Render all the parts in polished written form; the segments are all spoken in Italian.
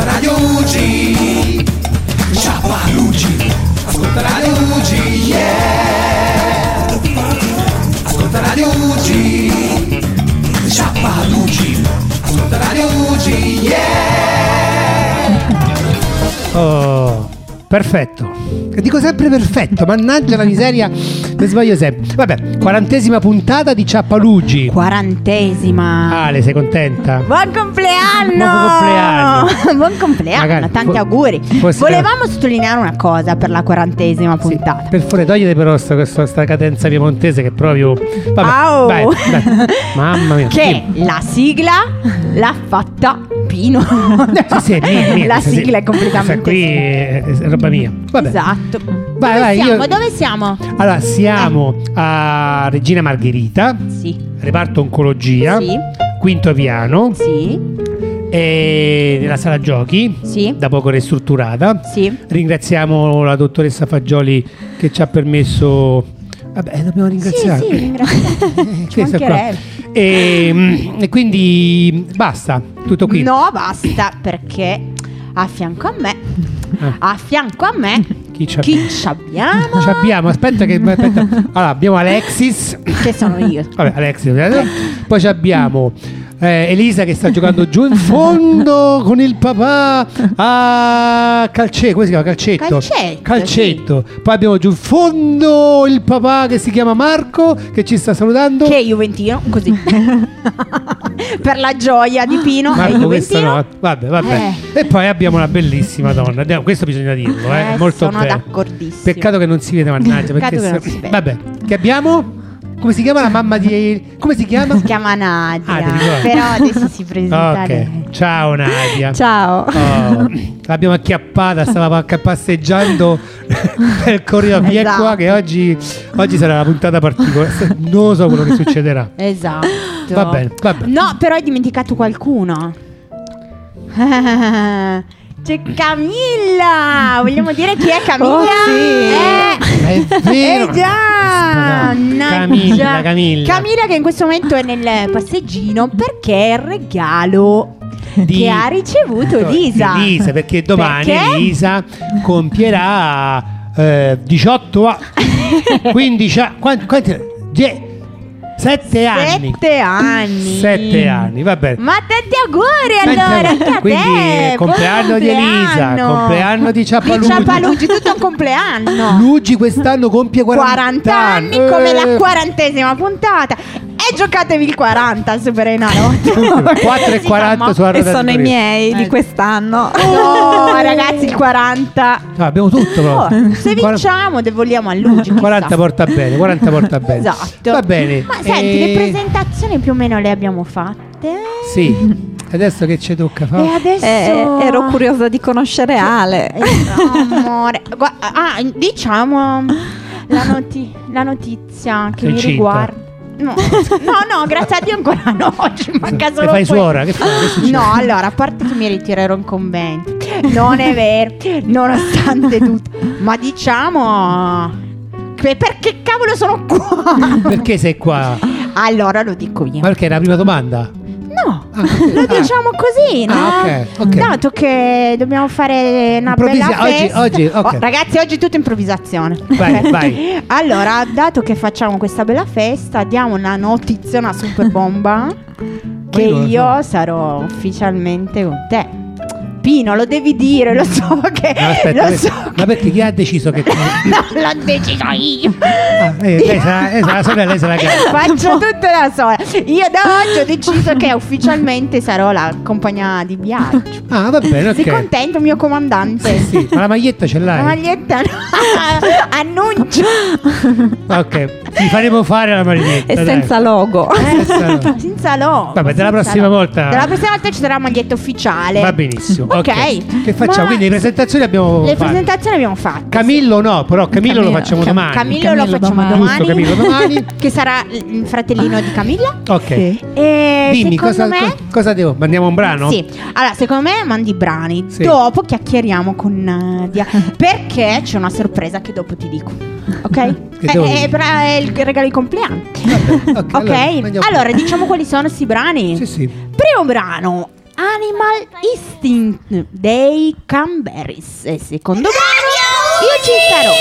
Ascolta Radio UG, Ciao Luigi. Ascolta Radio UG, yeah. Ascolta Radio UG, Ciao Luigi. Ascolta Radio UG, yeah. Oh, perfetto. Dico sempre perfetto, mannaggia la miseria, mi sbaglio sempre. Vabbè, 40ª puntata di Ciappalugi. 40ª. Ale, sei contenta? Buon compleanno! Buon compleanno! Buon compleanno, Magari, tanti auguri. Volevamo sottolineare una cosa per la 40ª puntata. Sì, per favore, togliete però questa cadenza piemontese che proprio... Vabbè, Au. vai. Mamma mia. Che la sigla l'ha fatta Pino. Sì, mia, la sigla è completamente qui è roba mia. Vabbè. Esatto. Vai, Dove siamo? Allora, siamo a Regina Margherita. Sì. Reparto oncologia. Sì. Quinto piano. Sì. E nella sala giochi. Sì. Da poco ristrutturata. Sì. Ringraziamo la dottoressa Fagioli che ci ha permesso. Vabbè, dobbiamo ringraziare. Sì, ringraziamo. Ci mancherebbe. E quindi basta, tutto qui. No, basta, perché a fianco a me Chi chi c'abbiamo? Ci abbiamo, aspetta. Allora, abbiamo Alexis. Che sono io. Vabbè, Alexis. Poi ci abbiamo Elisa che sta giocando giù in fondo con il papà a calcetto. Come si chiama? Calcetto. Sì. Poi abbiamo giù in fondo il papà che si chiama Marco, che ci sta salutando. Che è juventino, così. Per la gioia di Pino. Marco, è questa juventino. no. Vabbè. E poi abbiamo una bellissima donna. Questo bisogna dirlo, molto sono bene. d'accordissimo. Peccato che non si vede, mannaggia. Peccato Perché che non si vede. Vabbè, che abbiamo? Come si chiama la mamma di... Come si chiama? Si chiama Nadia. Ah, ti ricordo. Però adesso si presenta lei. Ciao Nadia. Ciao. Oh, l'abbiamo acchiappata, stava passeggiando per corridoio via Esatto. qua, che oggi sarà una puntata particolare. Non lo so quello che succederà. Esatto. Va bene. No, però hai dimenticato qualcuno. C'è Camilla. Vogliamo dire chi è Camilla? Oh, sì. È vero. Già. Camilla. Camilla che in questo momento è nel passeggino perché è il regalo che ha ricevuto Lisa. Lisa, perché domani Perché? Lisa compierà 18 anni. 15 quanti? 7 anni. 7 anni, va bene. Ma tanti auguri allora anche a Quindi te. compleanno di Elisa, compleanno di Ciappalugi. Di Ciappalugi, tutto un compleanno. Luigi quest'anno compie 40 anni, come la 40ª puntata. E giocatevi il 40 al Super Enalotto. 4,40 su E Arroda sono i Torino. miei di quest'anno. No, ragazzi, il 40. No, abbiamo tutto però. Se vinciamo, devolviamo a Luigi. 40 porta bene, 40 porta bene. Esatto. Va bene. Ma senti, le presentazioni più o meno le abbiamo fatte. Sì. Adesso che ci tocca E fare? adesso Ero curiosa di conoscere Ale. Amore. Diciamo la notizia che mi Sei incinta? riguarda. No, grazie a Dio ancora no. Ci manca Che solo fai questo. suora? Che succede? No, allora, a parte che mi ritirerò in convento. Non è vero, nonostante tutto. Ma diciamo perché cavolo sono qua? Perché sei qua? Allora lo dico io. Ma perché è la prima domanda? No, lo diciamo così, no? Ok. Dato che dobbiamo fare una bella festa. Oggi, ok. Ragazzi, oggi è tutto improvvisazione. Vai. Allora, dato che facciamo questa bella festa, diamo una notizia, una super bomba. Che io non lo io sarò ufficialmente con te. Pino, lo devi dire, lo so che. No, aspetta, lo so ma perché chi ha deciso che... No, l'ho deciso io. lei sarà la sorella, lei sarà la casa. Faccio tutto da sola. Io da oggi ho deciso che ufficialmente sarò la compagna di viaggio. Ah, va bene, ok. Sei contento, mio comandante? Sì, ma la maglietta ce l'hai? La maglietta no. Annuncio. Ok, ti faremo fare la maglietta. E dai. senza logo. Senza logo. Vabbè, della senza prossima logo. volta. Della prossima volta ci sarà la maglietta ufficiale. Va benissimo. Ok. Che facciamo? Ma Quindi le presentazioni abbiamo le fatte. presentazioni abbiamo fatte. Camillo no, però Camillo lo facciamo domani. Camillo lo facciamo domani. domani. Giusto, Camillo domani. Che sarà il fratellino di Camilla. Ok. Sì. E Dimmi, secondo me cosa devo? Mandiamo un brano? Sì, allora secondo me mandi i brani. Sì. Dopo chiacchieriamo con Nadia. Perché c'è una sorpresa che dopo ti dico. Ok? Che devo dire? È il regalo di compleanno. Vabbè, Ok? mandiamo- Allora diciamo quali sono questi brani. Sì. Primo brano, Animal Instinct dei Cranberries. E secondo brano io ci sarò.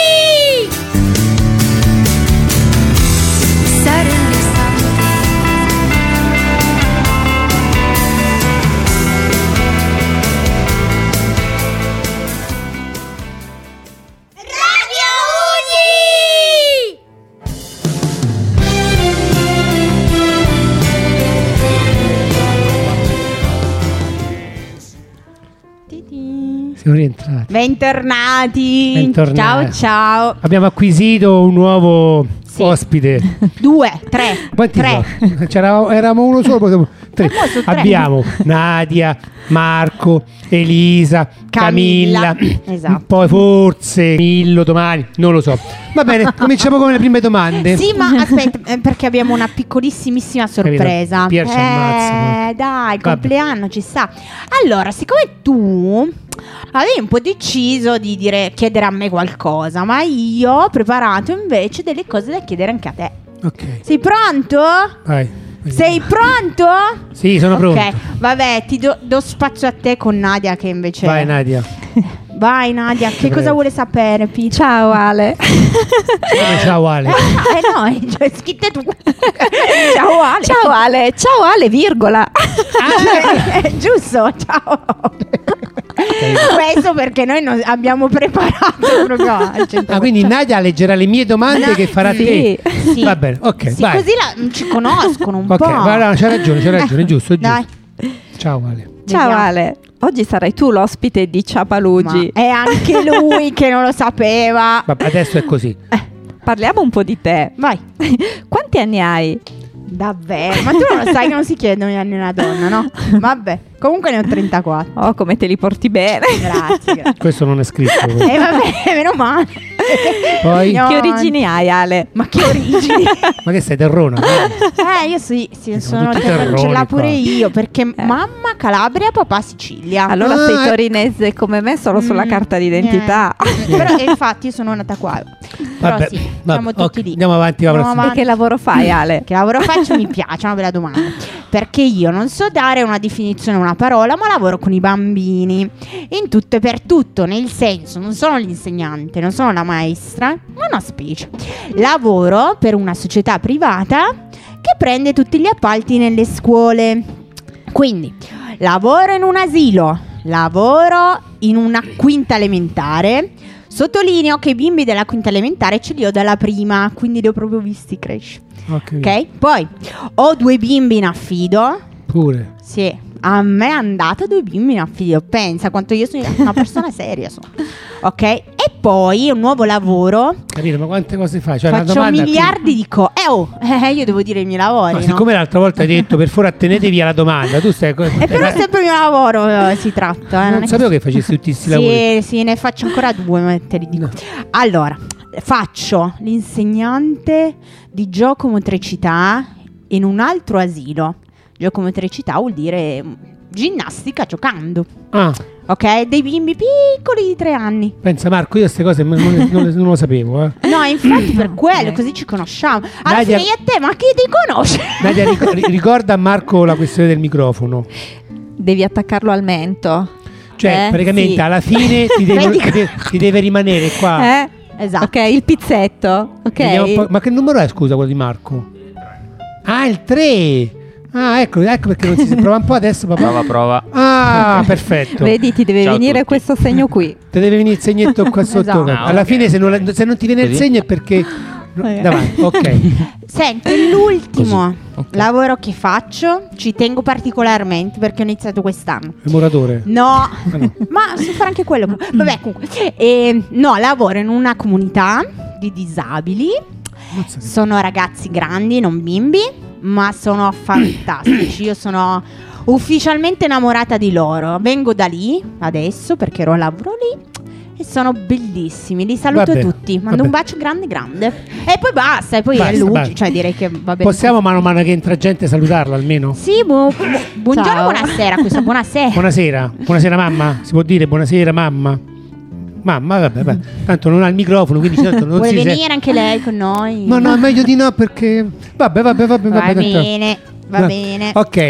Siamo rientrati. Bentornati. Ciao. Abbiamo acquisito un nuovo ospite. 2, 3. Quanti 3. sono? Eravamo uno solo, poi siamo 3. Tre. Abbiamo Nadia, Marco, Elisa, Camilla. Esatto. Poi forse Millo domani, non lo so. Va bene, cominciamo con le prime domande. Sì, ma aspetta, perché abbiamo una piccolissimissima sorpresa. Pier ci ammazza. Dai, il Vabbè. compleanno ci sta. Allora, siccome tu avevi un po' deciso di chiedere a me qualcosa, ma io ho preparato invece delle cose da chiedere anche a te. Ok. Sei pronto? Vai. Sei pronto? Sì, sono pronto. Ok, vabbè, ti do spazio a te con Nadia che invece... Vai Nadia. Vai Nadia, che Prego. cosa vuole sapere, Pete? Ciao Ale. Ciao Ale. No, cioè, scritte tu. Ciao Ale. Ciao Ale. Ciao Ale, virgola. Giusto, ciao. Questo perché noi non abbiamo preparato proprio al 100%. Quindi Nadia leggerà le mie domande che farà sì. te. Sì. Va bene, ok, Sì, vai. così ci conoscono un Ok, po'. va, c'ha ragione, giusto. Dai. Ciao Ale. Ciao Vediamo. Ale. Oggi sarai tu l'ospite di Ciapalugi. Ma è anche lui che non lo sapeva. Vabbè, adesso è così. Parliamo un po' di te. Vai. Quanti anni hai? Davvero? Ma tu non lo sai che non si chiedono gli anni a una donna, no? Vabbè. Comunque ne ho 34. Oh, come te li porti bene. Grazie. Questo non è scritto. Vabbè, meno male. Poi? No, Che origini hai Ale? Ma che origini? Ma che sei terrona? Io sì, Sono sono tutti terrona, ce terroni l'ha pure qua. io, perché mamma Calabria, papà Sicilia. Allora Ah, sei torinese come me solo sulla carta d'identità. Però infatti io sono nata qua. Però Vabbè, sì, vabbè, siamo tutti ok, lì. andiamo avanti con la Andiamo prossima. E che lavoro fai Ale? Che lavoro faccio? Mi piace, una bella domanda. Perché io non so dare una definizione, una parola, ma lavoro con i bambini. In tutto e per tutto, nel senso, non sono l'insegnante, non sono la maestra, ma una specie. Lavoro per una società privata che prende tutti gli appalti nelle scuole. Quindi, lavoro in un asilo, lavoro in una quinta elementare. Sottolineo che i bimbi della quinta elementare ce li ho dalla prima, quindi li ho proprio visti crescere. Ok? Poi ho 2 bimbi in affido. Pure. Sì, a me è andata 2 bimbi in affido. Pensa quanto io sono una persona seria. Ok? E poi un nuovo lavoro. Capito, ma quante cose fai? Cioè, una Faccio domanda miliardi di cose. Io devo dire i miei lavori. No, no? siccome l'altra volta hai detto per favore attenetevi alla domanda, tu stai. E però sempre il mio lavoro si tratta. Non sapevo che facessi tutti questi lavori. Sì, ne faccio ancora 2, ma te li dico. No. Allora, faccio l'insegnante di gioco motricità in un altro asilo. Gioco motricità vuol dire ginnastica giocando. Ah, Ok? Dei bimbi piccoli di 3 anni. pensa Marco, io queste cose non lo sapevo. No, infatti per quello, così ci conosciamo. Alla Nadia- fine io e te, ma chi ti conosce? Nadia, ricorda a Marco la questione del microfono. Devi attaccarlo al mento. Cioè, praticamente Sì. alla fine ti deve rimanere qua. Esatto. Ok, il pizzetto. Ok. Vediamo un po'. Ma che numero è, scusa, quello di Marco? Ah, il 3. Ah, ecco perché non si prova un po' adesso, papà. Prova. Ah, perfetto. Vedi, ti deve Ciao a venire tutti. questo segno qui. Ti deve venire il segnetto qua sotto. Esatto. Alla fine, se non ti viene il Così? segno è perché. Davanti, ok. Senti, l'ultimo Così, ok. lavoro che faccio, ci tengo particolarmente perché ho iniziato quest'anno. Il muratore. No, no. ma so fare anche quello. Vabbè, comunque. No, lavoro in una comunità di disabili. Sono ragazzi grandi, non bimbi, ma sono fantastici. Io sono ufficialmente innamorata di loro. Vengo da lì adesso perché lavoro lì. E sono bellissimi, li saluto Vabbè, tutti. Mando vabbè. un bacio grande. E poi basta, e poi Basta, è lui. basta. Cioè, direi che va bene. Possiamo mano a mano che entra gente salutarlo almeno? Sì, buongiorno, Ciao. buonasera. Questo buonasera. Buonasera. Buonasera mamma. Si può dire buonasera mamma? Mamma, vabbè. Tanto non ha il microfono, quindi tanto non Vuole si venire sente. anche lei con noi? Ma no, è meglio di no perché. Vabbè. Va tanto- bene, va bene. Ok.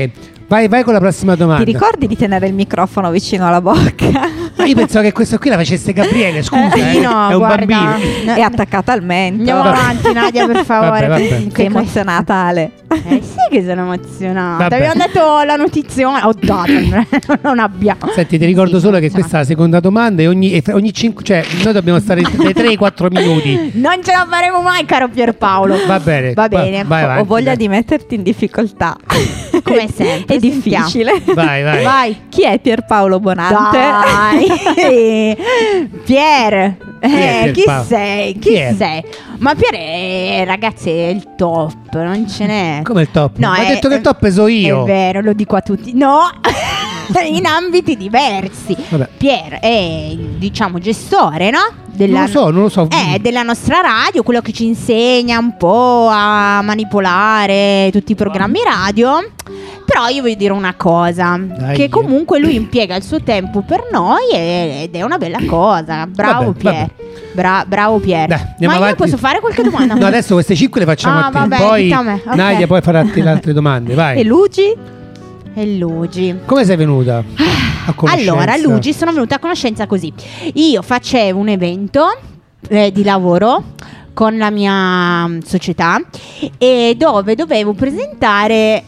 Vai con la prossima domanda. Ti ricordi di tenere il microfono vicino alla bocca? Ma io pensavo che questa qui la facesse Gabriele, scusa, no, è un guarda, bambino. È attaccata al mento. Andiamo avanti, Nadia, per favore. Vabbè. Sei emozionata, Ale? Sì che sono emozionata. Vabbè. Abbiamo dato la notizia. Ho dato, non abbiamo. Senti, ti ricordo solo che questa è la seconda domanda e ogni 5, cioè noi dobbiamo stare dai 3 ai 4 minuti. Non ce la faremo mai, caro Pierpaolo. Va bene. Va bene. Vai avanti, Ho voglia dai. di metterti in difficoltà. Come sempre. È difficile. Vai. Vai. Chi è Pierpaolo Bonante? Dai. Pier. Chi è Chi Pierpaolo? sei? Chi è? sei? Ma Pier ragazzi, è il top, non ce n'è. Come il top? No, Ma ha è- detto che il top so io. È vero, lo dico a tutti. No, in ambiti diversi. Vabbè. Pier è, diciamo, gestore, no? Non lo so. Della nostra radio, quello che ci insegna un po' a manipolare tutti i programmi radio. Però io voglio dire una cosa, Dai. che comunque lui impiega il suo tempo per noi ed è una bella cosa. Bravo Vabbè, Pier. Bravo Pier. Dai, andiamo Ma io avanti. posso fare qualche domanda? No, adesso queste 5 le facciamo Ah, a te. vabbè, Poi dite a me, ok. Nadia poi farà te le altre domande. Vai. E Luigi? E Luigi. Come sei venuta a conoscenza? Allora, Luigi, sono venuta a conoscenza così. Io facevo un evento di lavoro con la mia società e dove dovevo presentare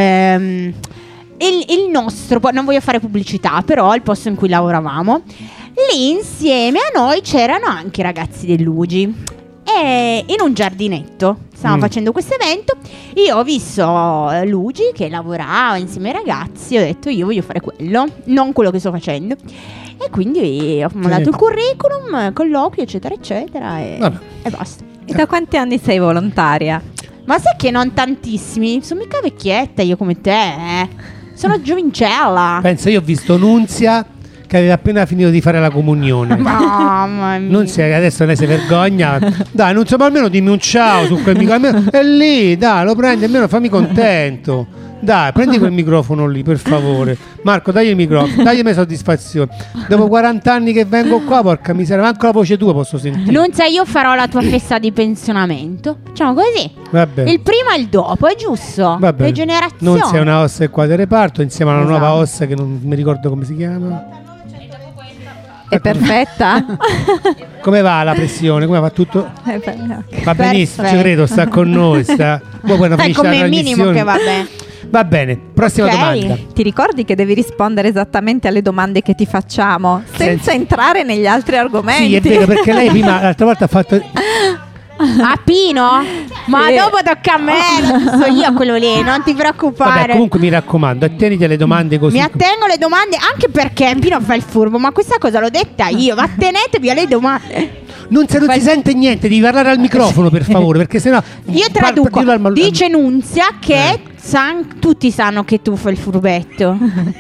il nostro, non voglio fare pubblicità, però il posto in cui lavoravamo. Lì insieme a noi c'erano anche i ragazzi del Luigi. E in un giardinetto stavamo facendo questo evento. Io ho visto Luigi che lavorava insieme ai ragazzi. Ho detto io voglio fare quello, non quello che sto facendo. E quindi ho mandato il curriculum, colloquio eccetera eccetera e basta. E da quanti anni sei volontaria? Ma sai che non tantissimi? Sono mica vecchietta io come te. Sono giovincella. Pensa, io ho visto Nunzia che aveva appena finito di fare la comunione. Mamma mia. Nunzia, che adesso lei si vergogna. Dai, Nunzia, ma almeno dimmi un ciao su quel microfono. È lì, dai, lo prendi, almeno fammi contento. Dai, prendi quel microfono lì, per favore. Marco, dagli il microfono, dagliemi soddisfazione. Dopo 40 anni che vengo qua, porca miseria, manco la voce tua posso sentire. Nunzia, io farò la tua festa di pensionamento. Facciamo così. Vabbè. Il prima e il dopo, è giusto? Vabbè. Le generazioni. Nunzia è una ossa e qua del reparto insieme alla Esatto. nuova ossa che non mi ricordo come si chiama. È perfetta? Come va la pressione? Come va tutto? Va benissimo, ci Perfetto. credo, sta con noi. Sta. Poi quando finisce la Come minimo trasmissione. che va bene. Va bene, prossima Ok. domanda. Ti ricordi che devi rispondere esattamente alle domande che ti facciamo senza entrare negli altri argomenti? Sì, è vero, perché lei prima, l'altra volta ha fatto. A Pino? Ma Sì. dopo tocca a me, lo so io quello lì, non ti preoccupare. Vabbè, comunque mi raccomando, atteniti alle domande così. Mi attengo alle domande anche perché Pino fa il furbo, ma questa cosa l'ho detta io, ma attenetevi alle domande. Non si sente niente, devi parlare al microfono per favore, perché sennò. Io traduco, dice Nunzia che tutti sanno che tu fai il furbetto.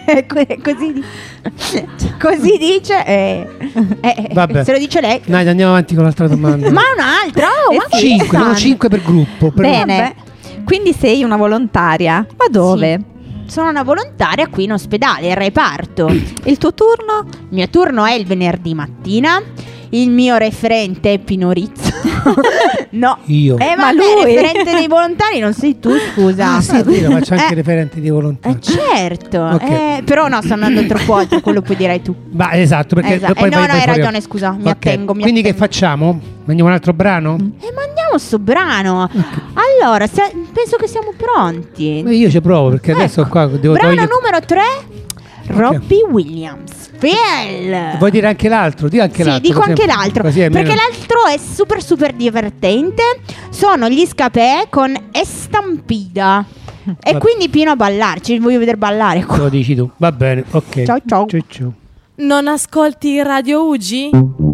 Così dice. Vabbè. Se lo dice lei. Dai, andiamo avanti con l'altra domanda. Ma un'altra? Ma che 5, sono sanno? 5 per gruppo. Bene, quindi sei una volontaria. Ma dove? Sono una volontaria qui in ospedale, al reparto. Il tuo turno? Il mio turno è il venerdì mattina. Il mio referente è Pino Rizzo. No. Io. Ma Ma lui lui? il referente dei volontari non sei tu, scusa. Ah, sì, è vero, faccio anche referenti di volontà. Certo. Ok. Però no, sto andando troppo oltre, quello puoi dire tu. Ma esatto, perché Esatto. poi No, vai hai fuori. ragione, scusa, mi Ok, attengo. Quindi che facciamo? Mandiamo un altro brano? E mandiamo sto brano. Allora, penso che siamo pronti. Ma io ci provo perché adesso Ecco. qua devo Brano togliere. numero 3, Robbie Williams. Phil. Vuoi dire anche l'altro? Di anche Sì, l'altro. dico così- anche l'altro. così è Perché meno- l'altro è super divertente. Sono gli Scapè con Estampida. E Vabbè. quindi Pino a ballarci. Voglio vedere ballare qua. Lo dici tu. Va bene, ok. Ciao, ciao. Ciao, ciao. Non ascolti Radio Ugi?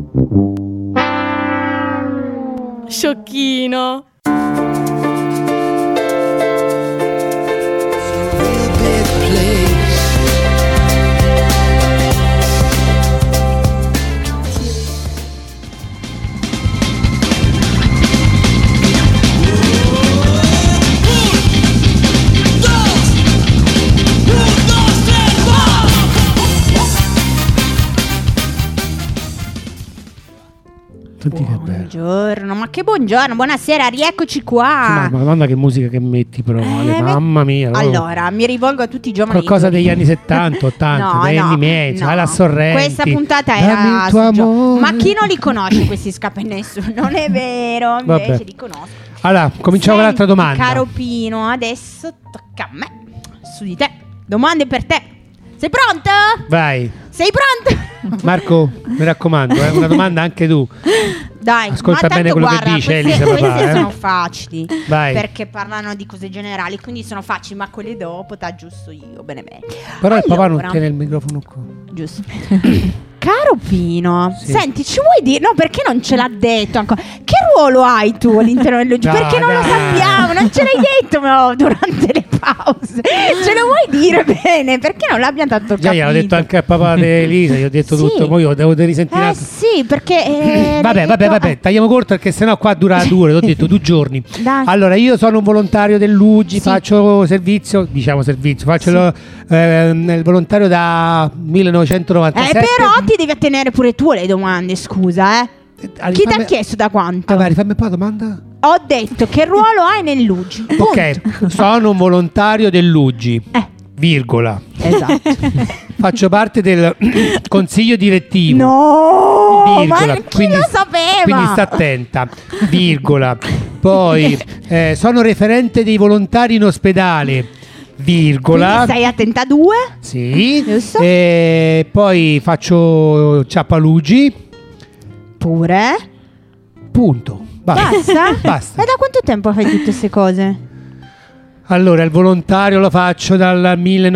Sciocchino. Senti che bello. Buongiorno, ma che buongiorno, buonasera, rieccoci qua. Madonna che musica che metti però, Ale, mamma mia. Allora, mi rivolgo a tutti i giovani. Qualcosa degli anni 70, 80, degli anni mezzo, alla Sorrenti. Questa puntata è Dammi il tuo amore. ma chi non li conosce questi scappi? Nessuno, non è vero, invece Vabbè. li conosco. Allora, cominciamo con l'altra domanda. Caro Pino, adesso tocca a me. Su di te. Domande per te. Sei pronto? Vai. Sei pronto? Marco, mi raccomando, una domanda anche tu. Dai, ascolta ma bene tanto quello che guarda, dice queste, Elisa papà, queste sono facili. Vai. Perché parlano di cose generali, quindi sono facili, ma quelle dopo t'aggiusto io. Bene, bene. Però il papà non Allora, tiene il microfono qua. giusto. Caro Pino, Sì. senti, ci vuoi dire? No, perché non ce l'ha detto ancora? Che ruolo hai tu all'interno dell'UG? No, Perché non lo dai. sappiamo, non ce l'hai detto durante le pause. Ce lo vuoi dire bene? Perché non l'abbiamo tanto capito? Già gliel'ho detto anche al papà di Elisa, gli ho detto Sì. tutto, poi io devo risentire. Sì, perché Vabbè, tagliamo corto perché sennò qua dura 2 ore, ho detto 2 giorni. Dai. Allora, io sono un volontario dell'UGI, Sì. faccio servizio, faccio il volontario da 1997. però ti devi attenere pure tu alle domande, scusa, Chi ti ha chiesto da quanto? Vai, rifammi un po' la domanda. Ho detto che ruolo hai nell'UGI. Ok, sono un volontario dell'UGI, virgola. Esatto. Faccio parte del consiglio direttivo. No, Virgola. ma chi lo sapeva? Quindi sta attenta, virgola. Poi sono referente dei volontari in ospedale, virgola. Quindi stai attenta a 2? Sì. Giusto. Poi faccio Ciappalugi. Pure. Punto. Basta? Basta. E da quanto tempo fai tutte queste cose? Allora, il volontario lo faccio dal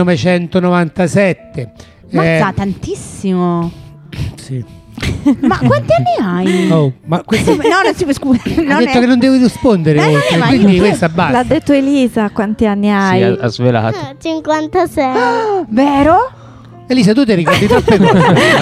1997. Mazza, tantissimo. Sì. Ma quanti anni hai? Oh, ma questo No, non si può, scusa. ha detto che non devo rispondere oltre, ma quindi io- questa basta. L'ha detto Elisa, quanti anni hai? Sì, ha svelato. 56. Vero? Elisa, tu ti ricordi troppe cose.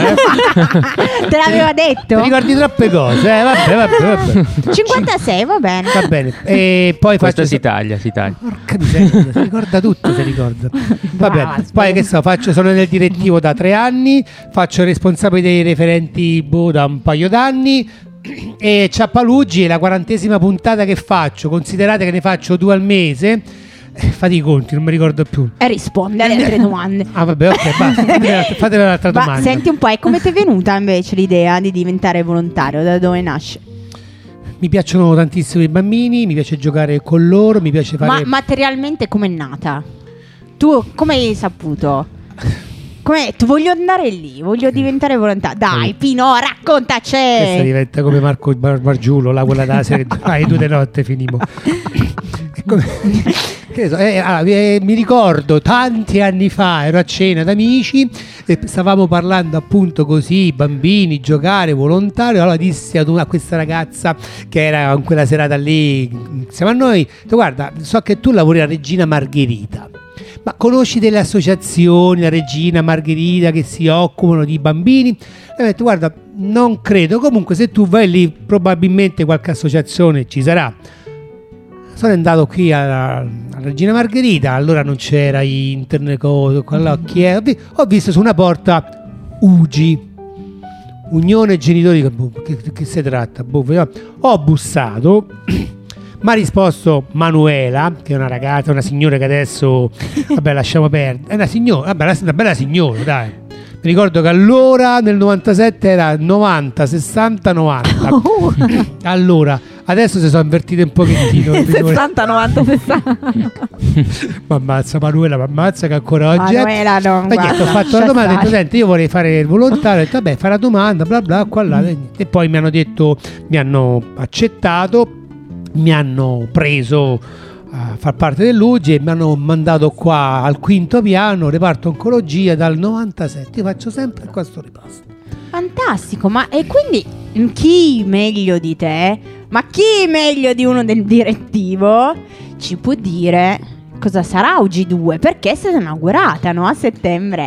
Te l'aveva detto? Ti ricordi troppe cose, vabbè. 56, va bene. Va bene. E poi Questo faccio si taglia, si taglia. Porca miseria, si ricorda tutto, si ricorda. Va bene. Brava, Poi che so, sono nel direttivo da 3 anni, faccio il responsabile dei referenti da un paio d'anni. E Ciappalugi è la 40ª puntata che faccio. Considerate che ne faccio 2 al mese. Fate i conti, non mi ricordo più. E risponde alle altre domande. Ah, vabbè, ok, basta. Fatemi un'altra Ma domanda. senti un po', e come ti è venuta invece l'idea di diventare volontario? Da dove nasce? Mi piacciono tantissimo i bambini, mi piace giocare con loro, mi piace Ma fare. materialmente com'è nata? Tu come hai saputo? Come hai detto, voglio andare lì, voglio diventare volontario. Dai, Sì. Pino, Questa raccontaci. diventa come Marco Bargiulo, là quella da sera che ai 2 di notte finimo. Che ne so, mi ricordo tanti anni fa ero a cena d'amici e stavamo parlando appunto così, bambini, giocare, volontario. Allora dissi a questa ragazza che era in quella serata lì insieme a noi, guarda, so che tu lavori a Regina Margherita, ma conosci delle associazioni, la Regina Margherita, che si occupano di bambini? E ho detto, guarda, non credo, comunque se tu vai lì probabilmente qualche associazione ci sarà. Sono andato qui alla Regina Margherita, allora non c'era internet, ho visto su una porta UGI, Unione Genitori, che si tratta? Ho bussato, mi ha risposto Manuela, che è una ragazza, una signora che adesso, vabbè, lasciamo perdere, è una signora, vabbè, una bella signora, dai. Mi ricordo che allora nel 97 era 90, 60, 90. Allora, adesso si sono invertite un pochettino. 60, 90, 60. M'ammazza Manuela, m'ammazza che ancora oggi Manuela, no, niente, guarda, ho fatto la lascia domanda, ho detto, stare. senti, io vorrei fare il volontario, ho detto, vabbè, fai la domanda, bla bla, qua là, e poi mi hanno detto, mi hanno accettato, mi hanno preso a far parte dell'UGI e mi hanno mandato qua al 5° piano, reparto oncologia dal 97. Io faccio sempre questo riposto. Fantastico, ma e quindi chi meglio di te, ma chi meglio di uno del direttivo ci può dire cosa sarà UG2? Perché è stata inaugurata, no? A settembre.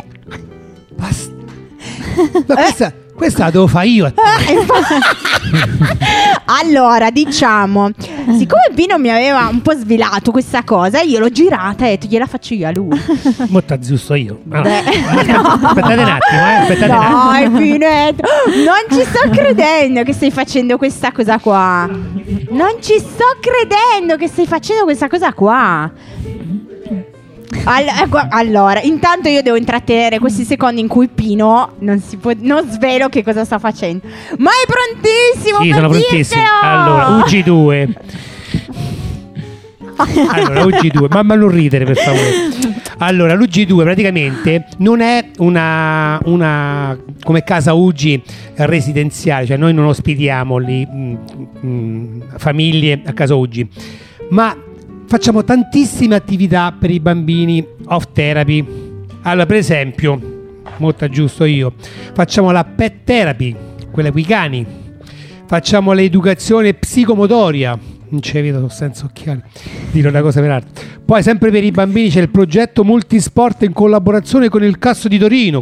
Basta. Ma questa la devo fare io a te. Allora, diciamo, siccome Pino mi aveva un po' svelato questa cosa, io l'ho girata e ho detto gliela faccio io a lui. Mo t'aggiusto io. Beh, Aspettate un attimo, aspettate un attimo. dai, Pinetto, non ci sto credendo che stai facendo questa cosa qua. Non ci sto credendo che stai facendo questa cosa qua. Allora, intanto io devo intrattenere questi secondi in cui Pino non svelo che cosa sta facendo. Ma è prontissimo Sì, per sono prontissimo. dirtelo! Allora, UG2. Allora, UG2, mamma non ridere per favore. Allora, l'UG2 praticamente non è una come casa UG residenziale, cioè noi non ospitiamo lì famiglie a casa UG, ma facciamo tantissime attività per i bambini off therapy. Allora, per esempio, molto giusto io, facciamo la pet therapy, quella con i cani, facciamo l'educazione psicomotoria, non ci vedo senza occhiali, dire una cosa per l'altra. Poi sempre per i bambini c'è il progetto multisport in collaborazione con il CUS di Torino,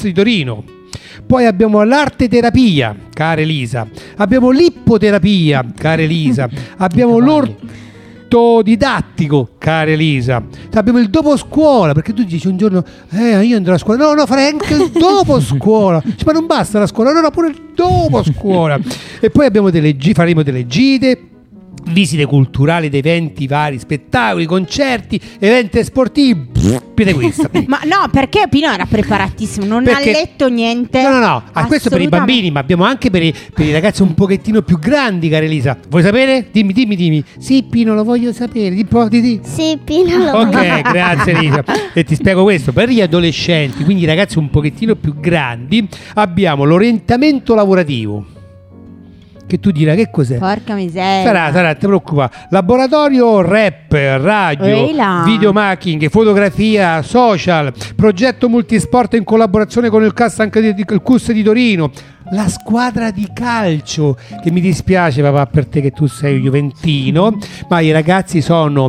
Poi abbiamo l'arte terapia, cara Elisa, abbiamo l'ippoterapia, cara Elisa, abbiamo l'ortodidattico, cara Elisa, abbiamo il dopo scuola, perché tu dici un giorno io andrò a scuola, no, farei anche il dopo scuola, ma non basta la scuola, no, pure il dopo scuola. E poi abbiamo faremo delle gite, visite culturali, ed eventi vari, spettacoli, concerti, eventi sportivi, più di questo. Ma no, perché Pino era preparatissimo, non ha letto niente. No, questo per i bambini, ma abbiamo anche per i ragazzi un pochettino più grandi, cara Elisa. Vuoi sapere? Dimmi. Sì, Pino, lo voglio sapere. Sì, Pino, lo voglio sapere. Ok, grazie Elisa. E ti spiego questo. Per gli adolescenti, quindi i ragazzi un pochettino più grandi, abbiamo l'orientamento lavorativo. Che tu dirai che cos'è? Porca miseria. Sarà, ti preoccupa. Laboratorio rap, radio, videomaking, fotografia, social, progetto multisport in collaborazione con il CUS di Torino. La squadra di calcio, che mi dispiace papà per te che tu sei juventino, ma i ragazzi sono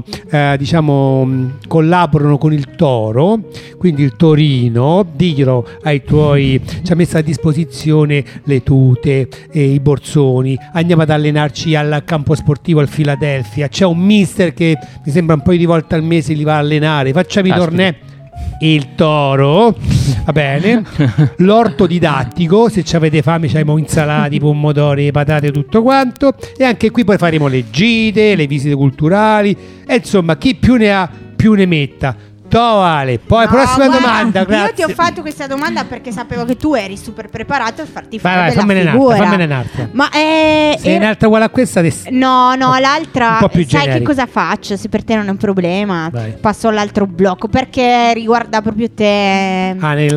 collaborano con il Toro, quindi il Torino, diglielo ai tuoi, ci ha messo a disposizione le tute e i borsoni, andiamo ad allenarci al campo sportivo al Philadelphia, c'è un mister che mi sembra un paio di volte al mese li va a allenare, facciamo i tornei. Il Toro, va bene. L'ortodidattico, se ci avete fame c'abbiamo insalati, pomodori, patate, tutto quanto. E anche qui poi faremo le gite, le visite culturali. E insomma, chi più ne ha più ne metta. Ale, poi prossima domanda, grazie. Io ti ho fatto questa domanda perché sapevo che tu eri super preparato a farti fare fammene un'altra. Ma se è un'altra uguale a questa No, l'altra un po' più sai generica. che cosa faccio? Se per te non è un problema, Vai. passo all'altro blocco perché riguarda proprio te.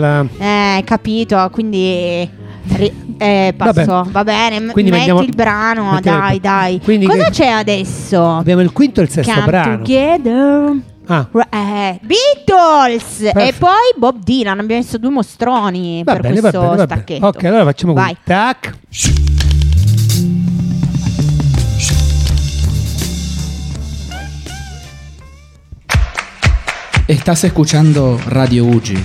Capito, quindi passo, va bene. Quindi metti il brano, dai. Quindi cosa c'è adesso? Abbiamo il quinto e il sesto brano. Together. Beatles. E poi Bob Dylan. Abbiamo messo due mostroni per questo stacchetto. Ok, allora facciamo Vai. Tac. Estás escuchando Radio UG.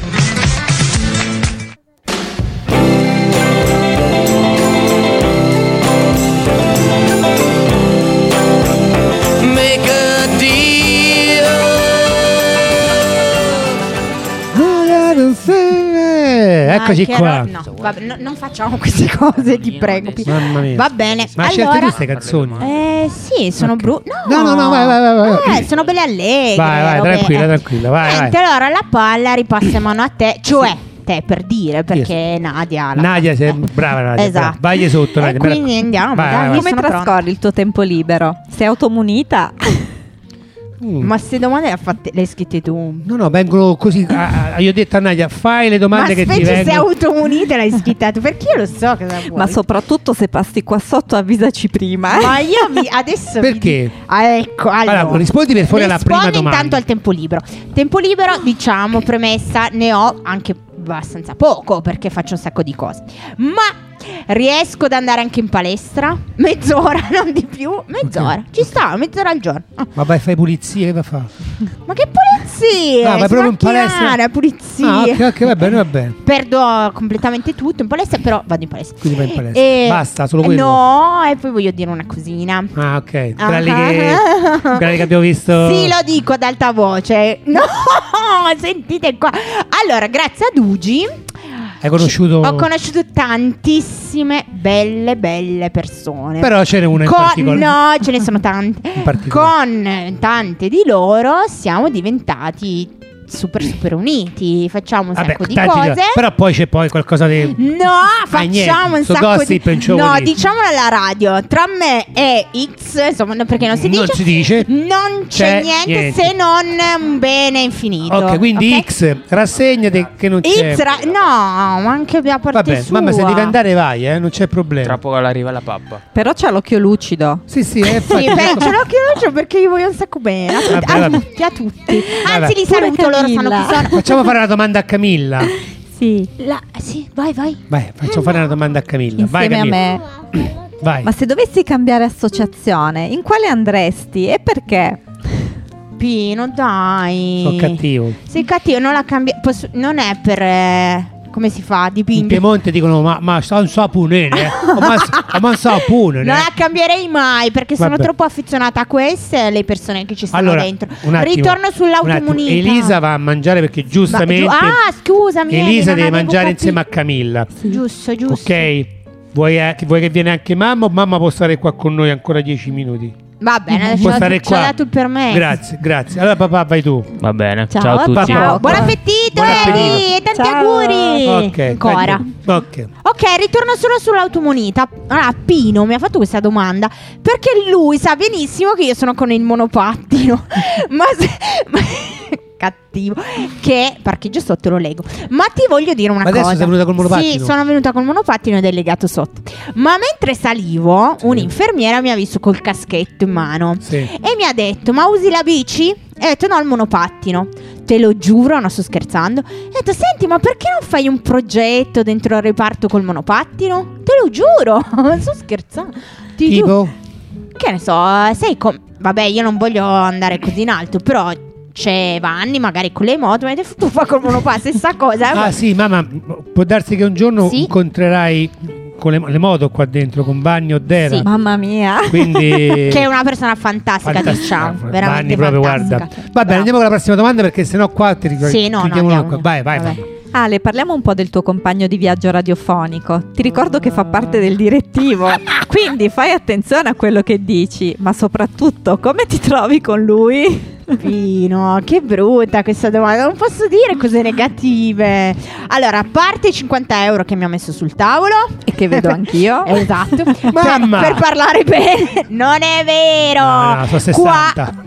Eccoci qua. No, non facciamo queste cose, ti prego. Mamma mia. Va bene. Ma allora, scelte queste canzoni? Sì, sono brutte. No, vai. Sono belle allegre. Vai, tranquilla, vai. Allora la palla ripassa in mano a te, cioè te per dire, perché Nadia sei brava Nadia. Esatto. Vai sotto Nadia. Quindi andiamo. Vai. Come trascorri il tuo tempo libero? Sei automunita? Ma queste domande le hai scritte tu? No, vengono così. Io ho detto a Nadia, fai le domande che ti vengono. Ma se automunita l'hai scritta tu, perché io lo so cosa vuoi. Ma soprattutto se passi qua sotto avvisaci prima. Ma io adesso perché? Ecco, allora rispondi per fuori alla prima domanda. Intanto al tempo libero. Tempo libero, diciamo, premessa, ne ho anche abbastanza poco perché faccio un sacco di cose. Ma Riesco ad andare anche in palestra, mezz'ora, non di più, mezz'ora. Ci sta, mezz'ora al giorno. Ma vai, fai pulizie, che va a fare? Ma che pulizie? No, vai proprio in palestra. Pulizie. Ah, ok, va bene, va bene. Perdo completamente tutto in palestra, però vado in palestra. Quindi vai in palestra. Basta, solo quello? No, e poi voglio dire una cosina. Ah, ok. Quella che abbiamo visto. Sì, lo dico ad alta voce. No, sentite qua. Allora, grazie ad Ugi hai conosciuto? Ho conosciuto tantissime belle persone. Però ce n'è una in particolare. No, ce ne sono tante. Con tante di loro siamo diventati super uniti. Facciamo un sacco di cose. Però poi c'è qualcosa di... No, facciamo un sacco di... No, diciamolo alla radio. Tra me e X, insomma, perché non si dice. Non si dice. Non c'è niente se non un bene infinito. Ok, quindi X, rassegnati che non c'è. No, ma anche da parte sua. Mamma, se devi andare vai, non c'è problema. Tra poco arriva la pappa. Però c'ha l'occhio lucido. Sì, c'è l'occhio lucido perché io voglio un sacco bene. A tutti. Anzi, li saluto, loro sanno chi sono. Facciamo fare una domanda a Camilla. Sì. Sì, vai. Vai, facciamo fare una domanda a Camilla. Insieme vai, Camilla. a me. Vai. Ma se dovessi cambiare associazione, in quale andresti e perché? Pino, dai. Sono cattivo. Sei cattivo, non la cambia. Non è per... come si fa? Dipinge. In Piemonte dicono ma sta un sapone, ma sapone. Non la cambierei mai perché sono troppo affezionata a queste le persone che ci stanno dentro. Ritorno sull'automunita. Elisa va a mangiare perché giustamente scusami, Elisa deve mangiare insieme a Camilla. Sì. Giusto. Ok. Vuoi che viene anche mamma o mamma può stare qua con noi ancora 10 minuti? Va bene, può stare qua. dato il permesso. Grazie. Allora papà vai tu. Va bene. Ciao a tutti. Ciao. Buon appetito e tanti auguri. Ok. Ancora. Ok, ritorno solo sull'automunita. Allora, Pino mi ha fatto questa domanda perché lui sa benissimo che io sono con il monopattino. ma cattivo, che parcheggio sotto, lo leggo. Ma ti voglio dire una cosa. Adesso sei venuta col monopattino? Sì, sono venuta col monopattino ed è legato sotto. Ma mentre salivo, un'infermiera mi ha visto col caschetto in mano e mi ha detto: ma usi la bici? E ho detto: no, il monopattino. Te lo giuro, non sto scherzando. E ho detto: senti, ma perché non fai un progetto dentro il reparto col monopattino? Te lo giuro, non sto scherzando. Tipo? Che ne so, vabbè, io non voglio andare così in alto, però c'è Vanni magari con le moto, ma tu fai col monopattino, stessa cosa. Ah sì, mamma, può darsi che un giorno incontrerai con le moto qua dentro con Vanni o Dera. Sì. Mamma mia. Quindi che è una persona fantastica, diciamo, veramente Vanni proprio, guarda. Va bene, andiamo con la prossima domanda perché sennò qua ti andiamo. Vai. Ale, parliamo un po' del tuo compagno di viaggio radiofonico. Ti ricordo che fa parte del direttivo, quindi fai attenzione a quello che dici, ma soprattutto come ti trovi con lui? Pino, che brutta questa domanda, non posso dire cose negative. Allora, a parte i 50 euro che mi ha messo sul tavolo e che vedo anch'io. Esatto. Mamma! Per parlare bene. Non è vero. No, sono 60.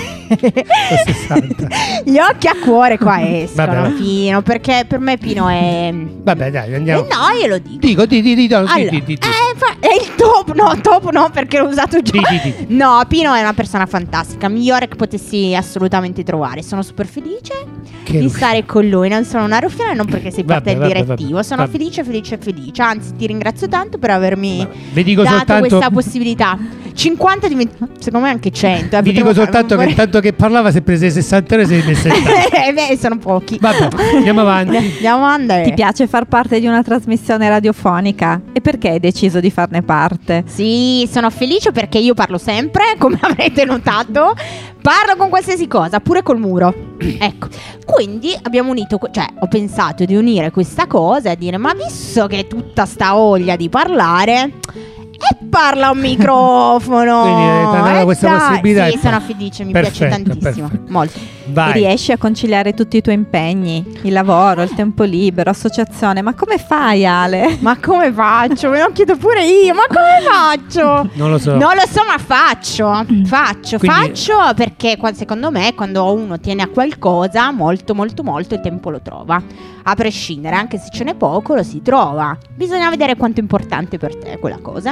Gli occhi a cuore qua escono. Pino, perché per me Pino è... Vabbè, dai, andiamo. No, io lo dico. Dico. Allora, è il top no, perché l'ho usato già. No, Pino è una persona fantastica, migliore che potessi assolutamente trovare. Sono super felice di stare con lui. Non sono una ruffiana, non perché sei parte del direttivo. Sono felice. Anzi, ti ringrazio tanto per avermi dato questa possibilità. 50 secondo me anche 100. Vi dico soltanto che tanto che parlava si è preso 60 euro e si è messo beh, sono pochi. Vabbè, andiamo avanti. Ti piace far parte di una trasmissione radiofonica? E perché hai deciso di farne parte? Sì, sono felice perché io parlo sempre, come avrete notato. Parlo con qualsiasi cosa, pure col muro. Ecco, quindi abbiamo unito, cioè ho pensato di unire questa cosa e dire: ma visto che tutta sta voglia di parlare, e parla a un microfono. Quindi ti ha dato questa possibilità. Sì, sono felice, mi piace tantissimo. Molto. Vai. Riesci a conciliare tutti i tuoi impegni, il lavoro, il tempo libero, associazione. Ma come fai, Ale? Ma come faccio? Me lo chiedo pure io. Ma come faccio? Non lo so, ma faccio. Faccio perché secondo me quando uno tiene a qualcosa molto il tempo lo trova. A prescindere, anche se ce n'è poco, lo si trova. Bisogna vedere quanto è importante per te quella cosa.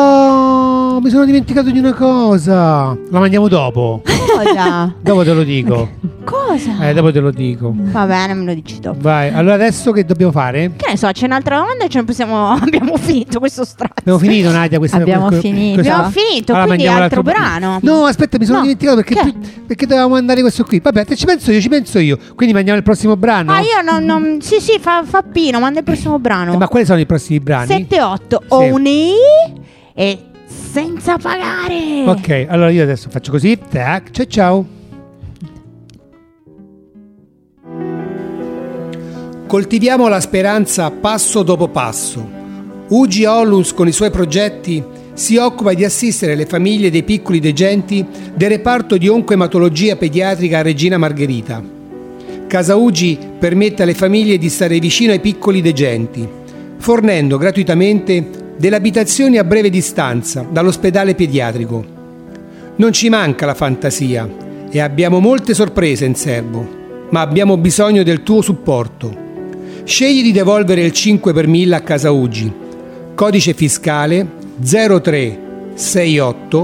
Oh, mi sono dimenticato di una cosa. La mangiamo dopo. Cosa? Dopo te lo dico. dico. Cosa? Dopo te lo dico. Va bene, me lo dici dopo. Vai, allora adesso che dobbiamo fare? Che ne so, c'è un'altra domanda e ce ne possiamo. Abbiamo finito questo strazio. Abbiamo finito, Nadia, questa Abbiamo finito. Abbiamo finito, Allora, quindi mandiamo altro l'altro brano. No, aspetta, mi sono No. dimenticato Che? perché dovevamo mandare questo qui. Vabbè, te ci penso io. Quindi mandiamo il prossimo brano. Ah, io non. Sì, fa Pino, manda il prossimo brano. Ma quali sono i prossimi brani? 7-8 Oni e senza pagare. Ok, allora io adesso faccio così. Tac, ciao. Coltiviamo la speranza passo dopo passo. Ugi Ollus con i suoi progetti si occupa di assistere le famiglie dei piccoli degenti del reparto di oncoematologia pediatrica a Regina Margherita. Casa Ugi permette alle famiglie di stare vicino ai piccoli degenti, fornendo gratuitamente delle abitazioni a breve distanza dall'ospedale pediatrico. Non ci manca la fantasia e abbiamo molte sorprese in serbo, ma abbiamo bisogno del tuo supporto. Scegli di devolvere il 5 per 1000 a Casa Ugi. Codice fiscale 0368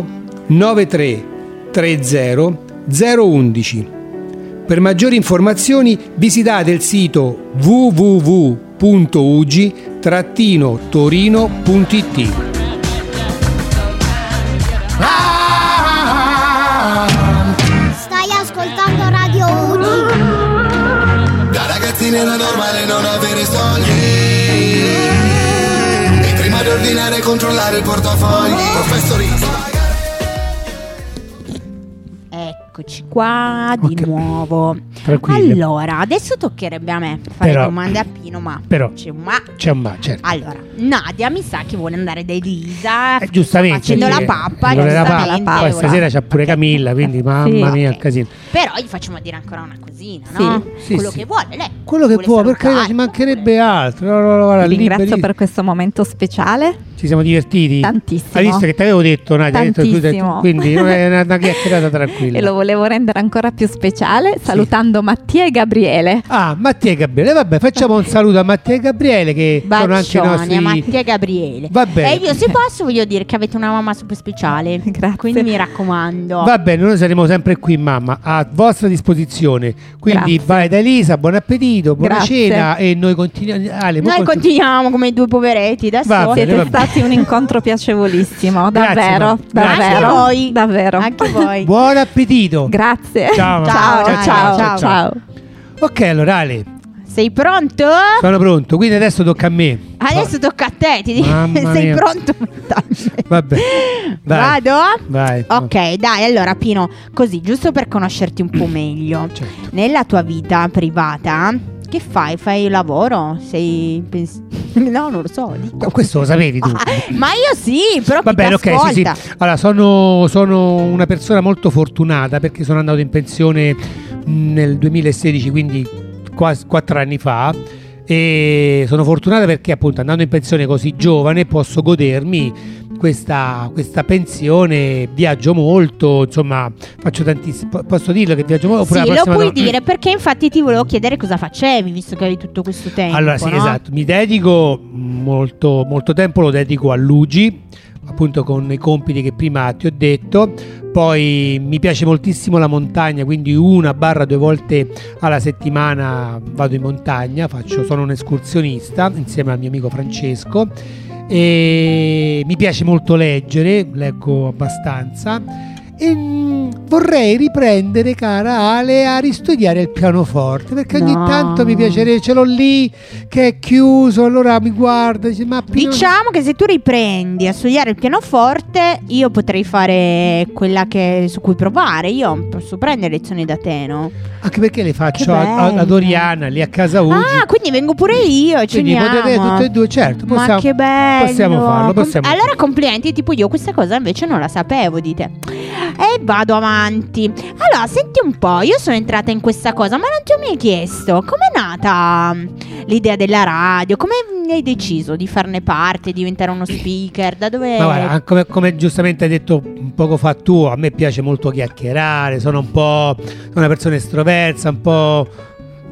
9330 011. Per maggiori informazioni visitate il sito www.ugi-torino.it. Stai ascoltando Radio Ugi. Da ragazzini era normale non avere soldi e prima di ordinare controllare il portafogli. Professori. Eccoci qua di nuovo. Tranquillo. Allora, adesso toccherebbe a me fare Però- domande a Pino, ma però- c'è un ma. C'è un ma, certo. Allora, Nadia mi sa che vuole andare da Elisa. Giustamente. Facendo la sì, pappa, vuole la giustamente, pappa. Poi vuole- stasera c'ha pure Camilla, quindi mamma mia, ok. casino. Però gli facciamo dire ancora una cosina, no? Sì, Quello sì. che vuole lei. Quello che può, perché salutare. ci mancherebbe altro. Guarda, Ti ringrazio liberi. per questo momento speciale. Ci siamo divertiti? Tantissimo. Hai visto che ti avevo detto, Nadia? Hai detto che tu- Tantissimo. quindi non è una chiacchierata tranquilla. E lo volevo rendere ancora più speciale salutando Mattia e Gabriele. Ah, Mattia e Gabriele. Vabbè, facciamo un saluto a Mattia e Gabriele che sono anche i Bacioni nostri. a Mattia e Gabriele. Va bene. E io se posso voglio dire che avete una mamma super speciale. Grazie. Quindi mi raccomando. Va bene, noi saremo sempre qui, mamma, a vostra disposizione. Quindi Grazie. vai da Elisa, buon appetito, buona Grazie. cena e noi continuiamo. Ale, mo Noi continuiamo come i due poveretti da Va soli. bene, Siete stati un incontro piacevolissimo, Grazie, davvero, ma- grazie. davvero, Anche voi. davvero. Anche voi. Buon appetito. Grazie. Ciao, mamma. ciao, Ciao, ciao, ciao, ciao. Ok, allora Ale, Sei pronto? sono pronto, quindi adesso tocca a me. Adesso tocca a te. Mamma Sei mia. pronto? Vabbè. Vai. Vado? Vai. Ok, dai, allora Pino, così, giusto per conoscerti un po' meglio. Certo. Nella tua vita privata, che fai? Fai lavoro? Sei no, non lo so, dico. Ma questo lo sapevi tu. Ma io sì, però Va chi bene, ti ok, sì, sì. ascolta? Allora, sono una persona molto fortunata perché sono andato in pensione nel 2016, quindi quasi 4 anni fa. E sono fortunata perché appunto andando in pensione così giovane posso godermi questa pensione, viaggio molto, insomma faccio tantissimo, posso dirlo che viaggio molto? Oppure Sì, la lo prossima puoi dire perché infatti ti volevo chiedere cosa facevi visto che avevi tutto questo tempo. Allora sì, no? esatto, mi dedico molto tempo, lo dedico all'UGI, appunto con i compiti che prima ti ho detto. Poi mi piace moltissimo la montagna, quindi 1-2 volte alla settimana vado in montagna, sono un escursionista insieme al mio amico Francesco. E mi piace molto leggere, leggo abbastanza. E vorrei riprendere, cara Ale, a ristudiare il pianoforte perché ogni No. tanto mi piacerebbe, ce l'ho lì che è chiuso, allora mi guarda e dice, ma Pino-" Diciamo che se tu riprendi a studiare il pianoforte, io potrei fare quella su cui provare. Io posso prendere lezioni da te, no? anche perché le faccio Che a bello. Doriana lì a casa Ugi. Ah, quindi vengo pure io, ci Quindi potete uniamo. tutte e due, certo, Ma che bello. possiamo farlo, possiamo Allora farlo. complimenti, tipo io questa cosa invece non la sapevo di te. E vado avanti. Allora, senti un po', io sono entrata in questa cosa, ma non ti ho mai chiesto com'è nata l'idea della radio, come hai deciso di farne parte, diventare uno speaker, da dove... Ma guarda, come giustamente hai detto un poco fa tu, a me piace molto chiacchierare, sono una persona estroversa, un po'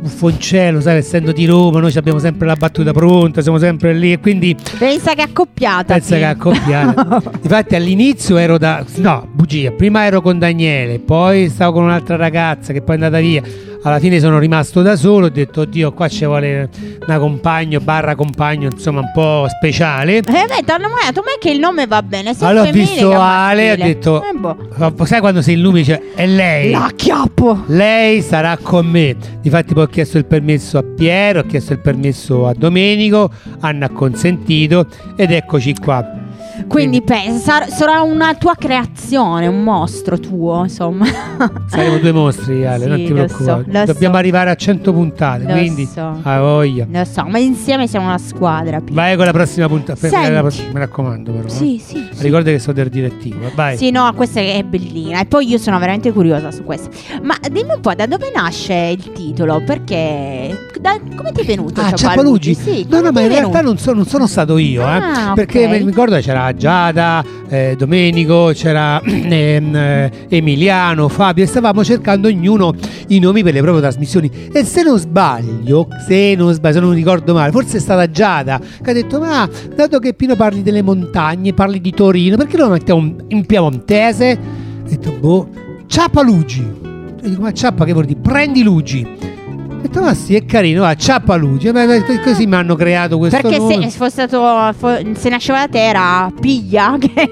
buffoncello, sai, essendo di Roma, noi abbiamo sempre la battuta pronta, siamo sempre lì, e quindi Pensa che è accoppiata. pensa che è accoppiata. Infatti all'inizio ero bugia, prima ero con Daniele, poi stavo con un'altra ragazza che poi è andata via. Alla fine sono rimasto da solo, ho detto oddio, qua ci vuole una compagno, insomma un po' speciale. Ti hanno detto, ma è che il nome va bene, sia Allora ho femminile visto che Ale, ho maschile. detto sai quando sei illumini, cioè, è lei. L'acchiappo. Lei sarà con me. Difatti poi ho chiesto il permesso a Piero, ho chiesto il permesso a Domenico, hanno acconsentito ed eccoci qua. Quindi pensa, sarà una tua creazione, un mostro tuo, insomma. Saremo due mostri, Ale, Sì, non ti lo preoccupare. so. Dobbiamo arrivare a 100 puntate, Lo quindi so. a voglia. Lo so, ma insieme siamo una squadra. Pippo. Vai con la prossima puntata. Senti. Mi raccomando, però. Sì, sì. Ricorda che sono del direttivo. Vai. Sì, no, questa è bellina. E poi io sono veramente curiosa su questo. Ma dimmi un po', da dove nasce il titolo? Perché come ti è venuto? Ciappalugi? Sì, No, come ma ti in è realtà venuto? non sono stato io, Ah, perché ok. mi ricordo che c'era Giada, Domenico, c'era Emiliano, Fabio, e stavamo cercando ognuno i nomi per le proprie trasmissioni. E se non sbaglio, se non ricordo male, forse è stata Giada che ha detto: ma dato che Pino parli delle montagne, parli di Torino, perché non lo mettiamo in piemontese? Ho detto Ciappalugi. E dico: ma Ciappa che vuol dire? Prendi Lugi. Ho detto: ma sì, è carino, va, Ciappalugi. Così mi hanno creato questo Perché nome. se fosse stato se nasceva da te era Piglia che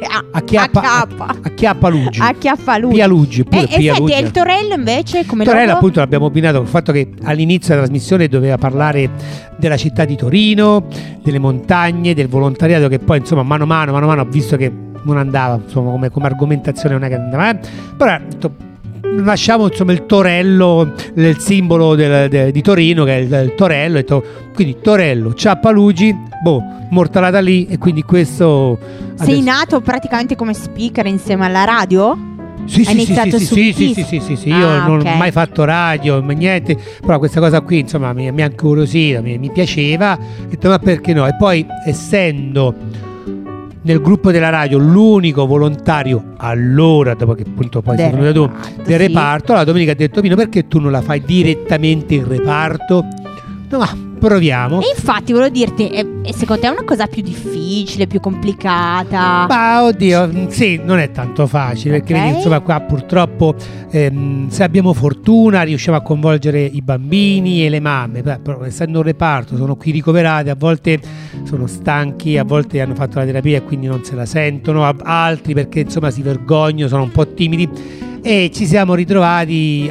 Acchiappalugi. Acchiappalugi. Pialugi, pure E senti, Pialugi. e il Torello invece come Il Torello logo? appunto l'abbiamo abbinato col fatto che all'inizio della trasmissione doveva parlare della città di Torino, delle montagne, del volontariato, che poi insomma mano a mano ho visto che non andava, insomma come argomentazione non è che andava, però ho detto, lasciamo insomma il torello, il simbolo di Torino, che è il torello, ho detto, quindi Torello, Ciappalugi, mortalata lì, e quindi questo Sei adesso- nato praticamente come speaker insieme alla radio? Sì, Hai iniziato su Kiss? sì, io Ah, non ok. ho mai fatto radio, ma niente, però questa cosa qui insomma mi ha incuriosito, mi piaceva, ho detto ma perché no? E poi essendo nel gruppo della radio l'unico volontario allora, dopo che appunto poi sei venuta tu, del sì. reparto, la domenica ha detto: Pino, perché tu non la fai direttamente in reparto? No, ma proviamo. E infatti volevo dirti, secondo te è una cosa più difficile, più complicata? Ma oddio, sì, non è tanto facile, perché Ok. vedi, insomma qua purtroppo se abbiamo fortuna riusciamo a coinvolgere i bambini e le mamme, però essendo un reparto sono qui ricoverati, a volte sono stanchi, a volte hanno fatto la terapia e quindi non se la sentono, altri perché insomma si vergognano, sono un po' timidi, e ci siamo ritrovati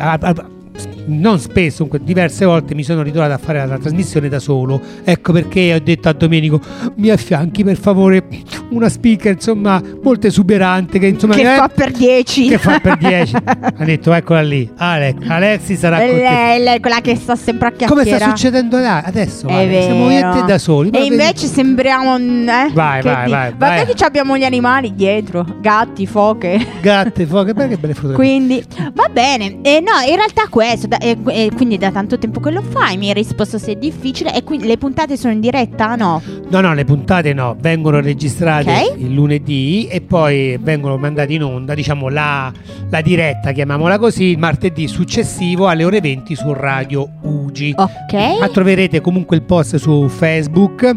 non spesso, comunque diverse volte mi sono ritrovato a fare la trasmissione da solo. Ecco perché ho detto a Domenico: mi affianchi per favore una speaker insomma molto esuberante, che insomma Che fa per 10. che fa per 10. Ha detto: eccola lì, Alexi sarà con te. Lei è quella che sta sempre a Come chiacchierare. sta succedendo adesso? È Ale? Siamo io e te da soli. E Ma vedi- invece sembriamo Vai, che vai, vai. Vabbè che ci abbiamo gli animali dietro, gatti, foche. Gatte, foche, che belle fotografie. Quindi va bene. No, in realtà questo quindi da tanto tempo che lo fai. Mi hai risposto se è difficile. E quindi le puntate sono in diretta? No. No, le puntate no, vengono registrate Ok. il lunedì e poi vengono mandate in onda, diciamo la diretta, chiamiamola così, il martedì successivo alle ore 20 su Radio Ugi. Ok. Ma troverete comunque il post su Facebook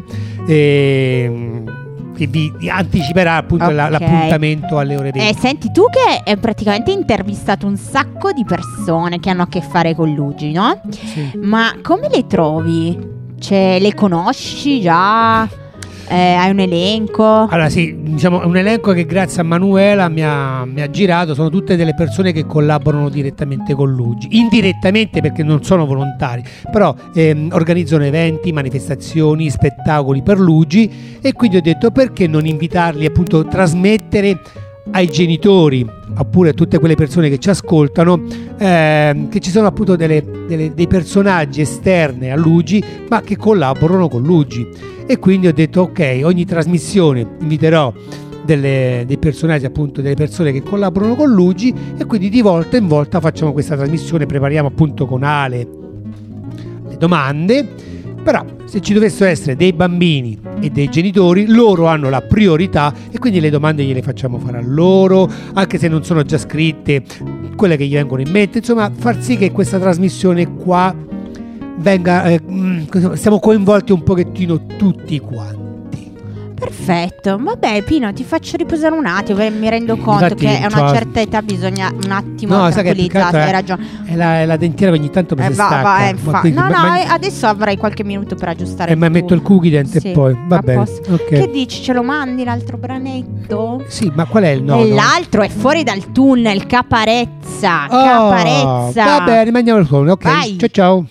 che vi anticiperà appunto Ok. l'appuntamento alle ore 20. Senti, tu che praticamente hai intervistato un sacco di persone che hanno a che fare con Luigi, no? Sì. Ma come le trovi? Cioè, le conosci già? Hai un elenco? Allora sì, diciamo è un elenco che grazie a Manuela mi ha girato, sono tutte delle persone che collaborano direttamente con Luigi, indirettamente perché non sono volontari, però organizzano eventi, manifestazioni, spettacoli per Luigi, e quindi ho detto perché non invitarli, appunto trasmettere ai genitori oppure a tutte quelle persone che ci ascoltano che ci sono appunto dei personaggi esterni a Luigi ma che collaborano con Luigi, e quindi ho detto ok, ogni trasmissione inviterò dei personaggi, appunto delle persone che collaborano con Luigi, e quindi di volta in volta facciamo questa trasmissione, prepariamo appunto con Ale le domande. Però se ci dovessero essere dei bambini e dei genitori, loro hanno la priorità e quindi le domande gliele facciamo fare a loro, anche se non sono già scritte, quelle che gli vengono in mente, insomma far sì che questa trasmissione qua siamo coinvolti un pochettino tutti quanti. Perfetto, vabbè Pino, ti faccio riposare un attimo, mi rendo conto Infatti, che a una certa età bisogna un attimo no, sai che più che altro hai ragione. È la dentiera ogni tanto mi si stacca. Adesso avrai qualche minuto per aggiustare ma metto il cookie dentro e poi va bene. Okay. Che dici, ce lo mandi l'altro branetto? Sì, ma qual è il nono? E l'altro è fuori dal tunnel, Caparezza. Va bene, mandiamo il tunnel, ok. Vai. Ciao.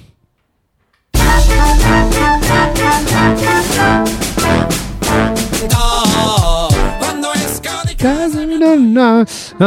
No.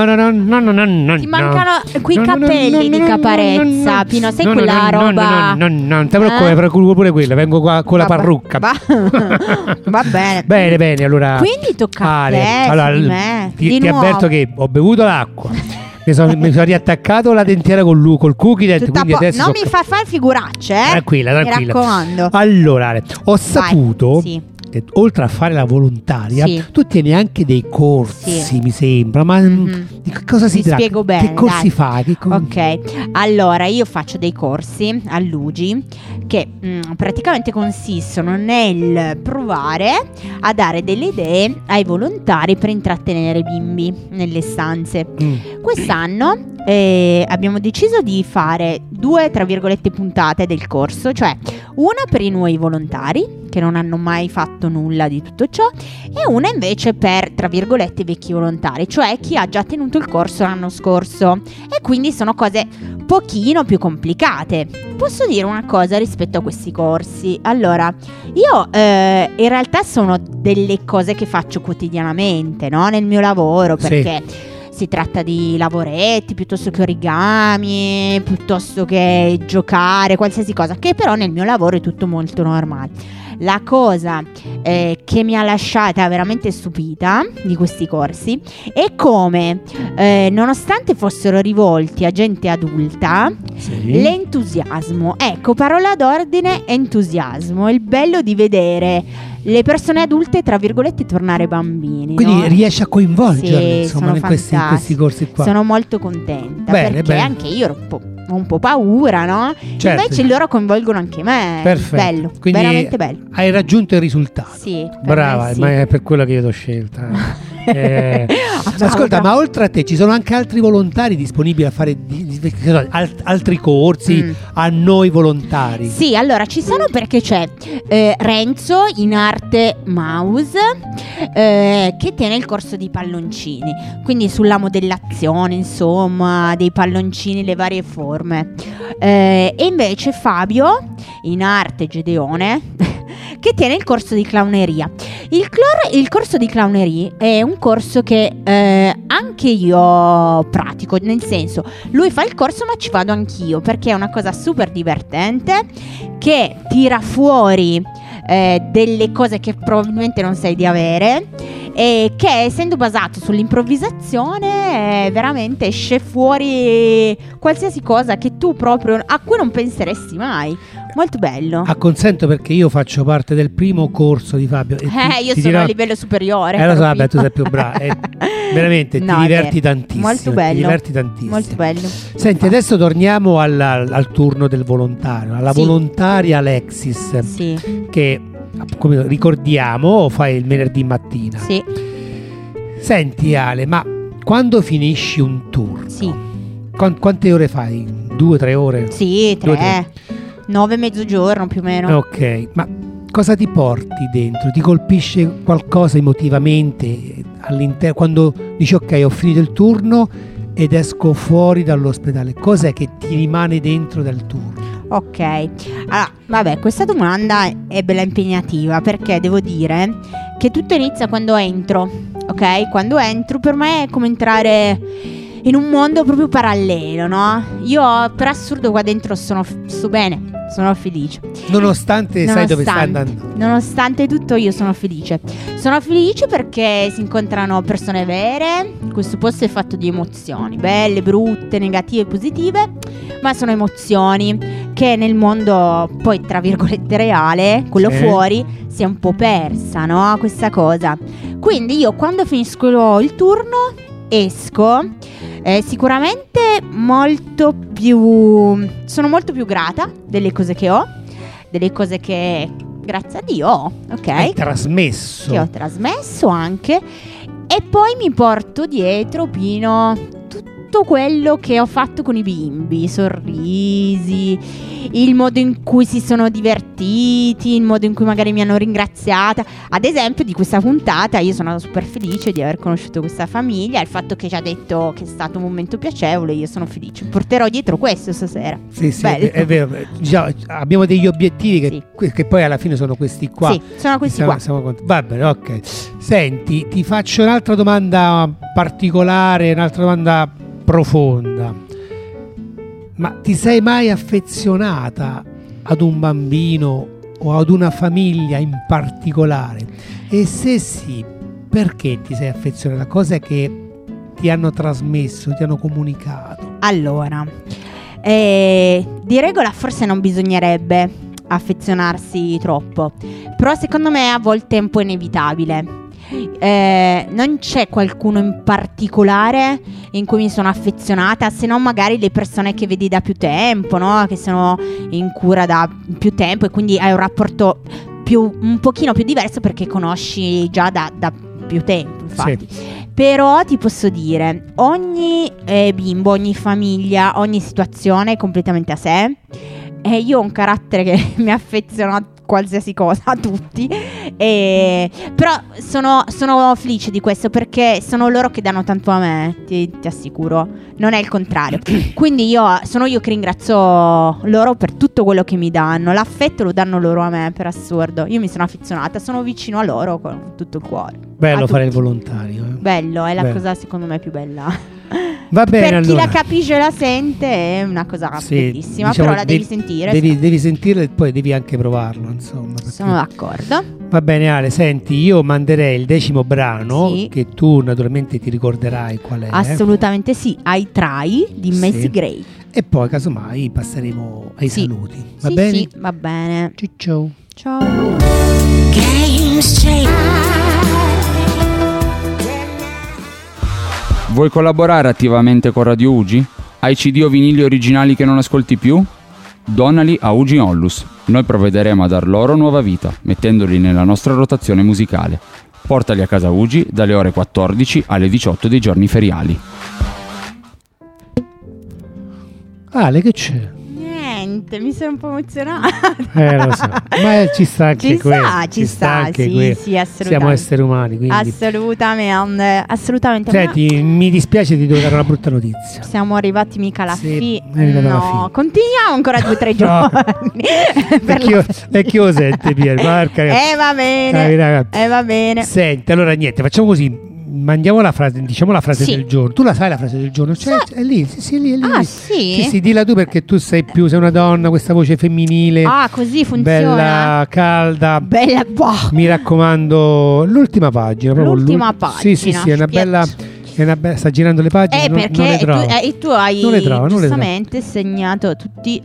Ti mancano quei capelli di Caparezza, Pino, sai quella roba? No, non ti preoccupare, pure quella, vengo qua con la parrucca. Va bene. Bene, allora. Quindi tocca a te, allora, ti avverto che ho bevuto l'acqua. Mi sono riattaccato la dentiera col cookie dentro, quindi adesso non mi fa fare figuracce, Tranquilla. Mi raccomando. Allora, ho saputo che oltre a fare la volontaria, tu tieni anche dei corsi, mi sembra. Ma di cosa si tratta? Spiego bene. Che corsi fai? Ok, allora io faccio dei corsi all'UGI che praticamente consistono nel provare a dare delle idee ai volontari per intrattenere i bimbi nelle stanze. Quest'anno abbiamo deciso di fare 2 tra virgolette puntate del corso, cioè una per i nuovi volontari che non hanno mai fatto nulla di tutto ciò e una invece per tra virgolette vecchi volontari, cioè chi ha già tenuto il corso l'anno scorso, e quindi sono cose pochino più complicate. Posso dire una cosa rispetto a questi corsi? Allora, io in realtà sono delle cose che faccio quotidianamente, no? Nel mio lavoro, perché si tratta di lavoretti piuttosto che origami, piuttosto che giocare, qualsiasi cosa, che però nel mio lavoro è tutto molto normale. La cosa che mi ha lasciata veramente stupita di questi corsi è come, nonostante fossero rivolti a gente adulta, l'entusiasmo, ecco, parola d'ordine, entusiasmo, il bello di vedere le persone adulte, tra virgolette, tornare bambini. Quindi riesci a coinvolgerli, insomma, in questi corsi qua. Sono molto contenta, perché anche io ero un po' paura, no? Certo. Invece loro coinvolgono anche me. Perfetto. Bello, quindi veramente bello. Hai raggiunto il risultato. Sì, brava, ma è per quello che io ti ho scelta. Ascolta, ma oltre a te ci sono anche altri volontari disponibili a fare altri corsi a noi volontari? Sì, allora ci sono, perché c'è Renzo in arte Mouse che tiene il corso di palloncini, quindi sulla modellazione, insomma, dei palloncini, le varie forme. E invece Fabio in arte Gedeone che tiene il corso di clowneria. Il corso di clowneria è un corso che anche io pratico, nel senso, lui fa il corso ma ci vado anch'io, perché è una cosa super divertente che tira fuori delle cose che probabilmente non sai di avere, e che essendo basato sull'improvvisazione veramente esce fuori qualsiasi cosa che tu proprio a cui non penseresti mai. Molto bello. Acconsento, perché io faccio parte del primo corso di Fabio. Io sono a livello superiore. Lo so, vabbè, tu sei più brava. Veramente ti diverti tantissimo. Molto bello. Ti diverti tantissimo. Molto bello. Senti, adesso torniamo al turno del volontario, alla volontaria Alexis. Sì. Che, come ricordiamo, fai il venerdì mattina. Sì. Senti Ale, ma quando finisci un turno? Sì. Quante ore fai? 2-3 ore? Sì, 3. 9 mezzogiorno più o meno. Ok, ma cosa ti porti dentro? Ti colpisce qualcosa emotivamente all'interno quando dici ok, ho finito il turno ed esco fuori dall'ospedale? Cos'è che ti rimane dentro dal turno? Ok, allora, vabbè, questa domanda è bella impegnativa, perché devo dire che tutto inizia quando entro, ok? Quando entro per me è come entrare in un mondo proprio parallelo, no? Io per assurdo qua dentro sto bene, sono felice. Nonostante sai dove stai andando. Nonostante tutto io sono felice. Sono felice perché si incontrano persone vere. Questo posto è fatto di emozioni, belle, brutte, negative, positive, ma sono emozioni che nel mondo poi tra virgolette reale, quello fuori, si è un po' persa, no? Questa cosa. Quindi io quando finisco il turno esco Sicuramente sono molto più grata delle cose che ho, delle cose che grazie a Dio ho, ok? Hai trasmesso. Che ho trasmesso anche. E poi mi porto dietro, Pino, tutto quello che ho fatto con i bimbi, i sorrisi, il modo in cui si sono divertiti, il modo in cui magari mi hanno ringraziata. Ad esempio di questa puntata io sono super felice di aver conosciuto questa famiglia, il fatto che ci ha detto che è stato un momento piacevole, io sono felice, porterò dietro questo stasera. Sì, è vero. Diciamo, abbiamo degli obiettivi che poi alla fine sono questi qua. Sì, sono questi qua. Va bene, ok. Senti, ti faccio un'altra domanda particolare, un'altra domanda profonda. Ma ti sei mai affezionata ad un bambino o ad una famiglia in particolare? E se sì, perché ti sei affezionata? Cos'è che ti hanno trasmesso, ti hanno comunicato? Allora, di regola forse non bisognerebbe affezionarsi troppo, però secondo me a volte è un po' inevitabile. Non c'è qualcuno in particolare in cui mi sono affezionata, se non magari le persone che vedi da più tempo, no? Che sono in cura da più tempo e quindi hai un rapporto un pochino più diverso perché conosci già da più tempo, infatti. Sì. Però ti posso dire, ogni bimbo, ogni famiglia, ogni situazione è completamente a sé. E io ho un carattere che mi affeziona a qualsiasi cosa, a tutti, però sono felice di questo perché sono loro che danno tanto a me, ti assicuro, non è il contrario. Quindi sono io che ringrazio loro per tutto quello che mi danno, l'affetto lo danno loro a me, per assurdo. Io mi sono affezionata, sono vicino a loro con tutto il cuore. Bello fare il volontario. Bello, è la cosa secondo me più bella. Va bene, per chi allora la capisce e la sente è una cosa bellissima, diciamo, però la devi sentire. Devi sentirla e poi devi anche provarlo, insomma. Sono d'accordo. Va bene, Ale, senti, io manderei il 10° brano, che tu naturalmente ti ricorderai qual è. Assolutamente sì, I Try di Macy Gray. E poi casomai passeremo ai saluti. Va bene? Sì, va bene. Ciao. Ciao. Vuoi collaborare attivamente con Radio Ugi? Hai CD o vinili originali che non ascolti più? Donali a Ugi Onlus. Noi provvederemo a dar loro nuova vita, mettendoli nella nostra rotazione musicale. Portali a casa Ugi dalle ore 14 alle 18 dei giorni feriali. Ale, che c'è? Niente, mi sono un po' emozionata. Lo so, ma ci sta anche questo. Ci sta anche sì, assolutamente. Siamo esseri umani, quindi. Assolutamente. Senti, mi dispiace di dover dare una brutta notizia. Siamo arrivati mica alla fine. No, continuiamo ancora 2-3 giorni. E chi lo sente, Pier? Va bene. Va bene. Senti, allora niente, facciamo così. Mandiamo la frase, diciamo la frase del giorno. Tu la sai la frase del giorno? È lì, sì, lì. Ah, sì? Sì, dilla tu perché tu sei una donna, questa voce femminile. Ah, così funziona. Bella, calda. Bella, mi raccomando, l'ultima pagina. L'ultima pagina. Sì, è una bella. Sta girando le pagine. Perché tu hai giustamente segnato tutti.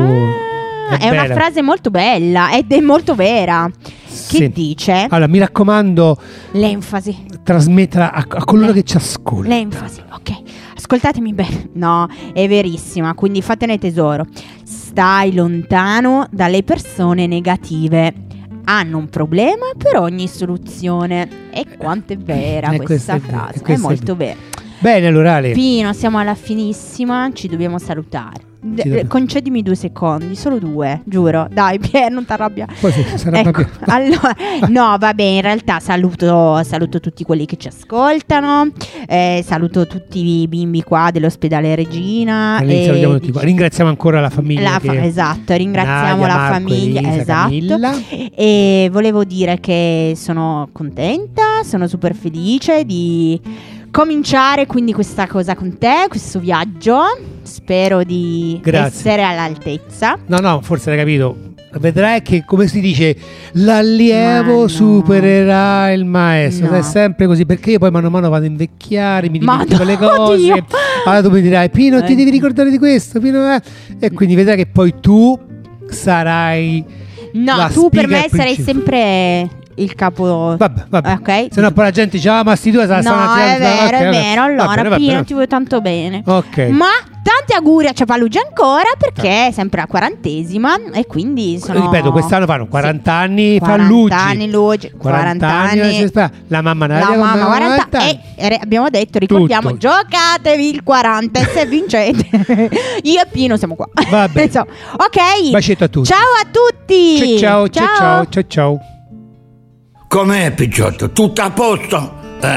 È una frase molto bella ed è molto vera. Che dice? Allora, mi raccomando, l'enfasi. Trasmettila a coloro che ci ascoltano. L'enfasi, ok. Ascoltatemi bene. No, è verissima, quindi fatene tesoro. Stai lontano dalle persone negative. Hanno un problema per ogni soluzione. E quanto è vera questa frase. È molto vera. Bene, allora Ale. Pino, siamo alla finissima, ci dobbiamo salutare. Concedimi 2 secondi, solo 2, giuro. Dai, Pier, non ti arrabbia. Poi ecco, allora, no, vabbè, in realtà saluto tutti quelli che ci ascoltano. Saluto tutti i bimbi qua dell'ospedale Regina. Salutiamo tutti qua. Ringraziamo ancora la famiglia. Esatto, ringraziamo Nadia, la famiglia. Elisa, esatto. Camilla. E volevo dire che sono contenta, sono super felice di cominciare quindi questa cosa con te, questo viaggio. Spero di essere all'altezza. No, forse l'hai capito. Vedrai che, come si dice, l'allievo supererà il maestro. È sempre così, perché io poi mano a mano vado a invecchiare, mi dimentico le cose. Allora tu mi dirai: Pino, ti devi ricordare di questo, Pino, E quindi vedrai che poi tu sarai. No, tu per me sarai sempre il capo. Vabbè. Ok. Se no poi la gente dice ma sti due No, è vero. Allora, va Pino, bene. ti voglio tanto bene. Ok. Ma tanti auguri a Ciapalugi ancora, perché è sempre la 40ª e quindi sono... Ripeto, quest'anno fanno 40 anni 40 anni Luigi, 40 anni. La mamma La Nadia mamma 40 anni. e abbiamo detto, ricordiamo, Tutto. giocatevi il 40 e se vincete io e Pino siamo qua. Va bene. Insomma, ok. Bacetto a tutti. Ciao a tutti. Ciao. Com'è, Picciotto? Tutto a posto?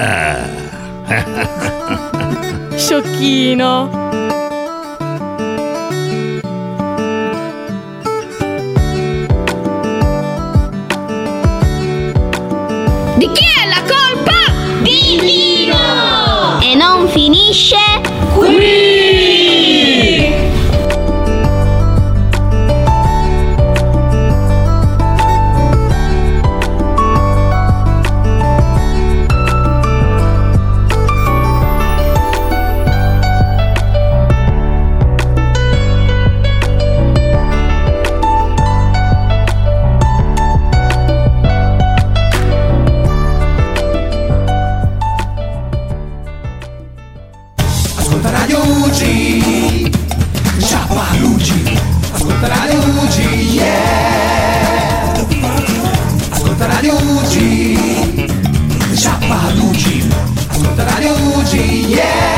Sciocchino. Di chi è la colpa? Di Pino! E non finisce qui! Ascolta Radio UG, Ciapalugi. Ascolta Radio UG, yeah. Ascolta Radio UG, Ciapalugi. Ascolta Radio UG, yeah.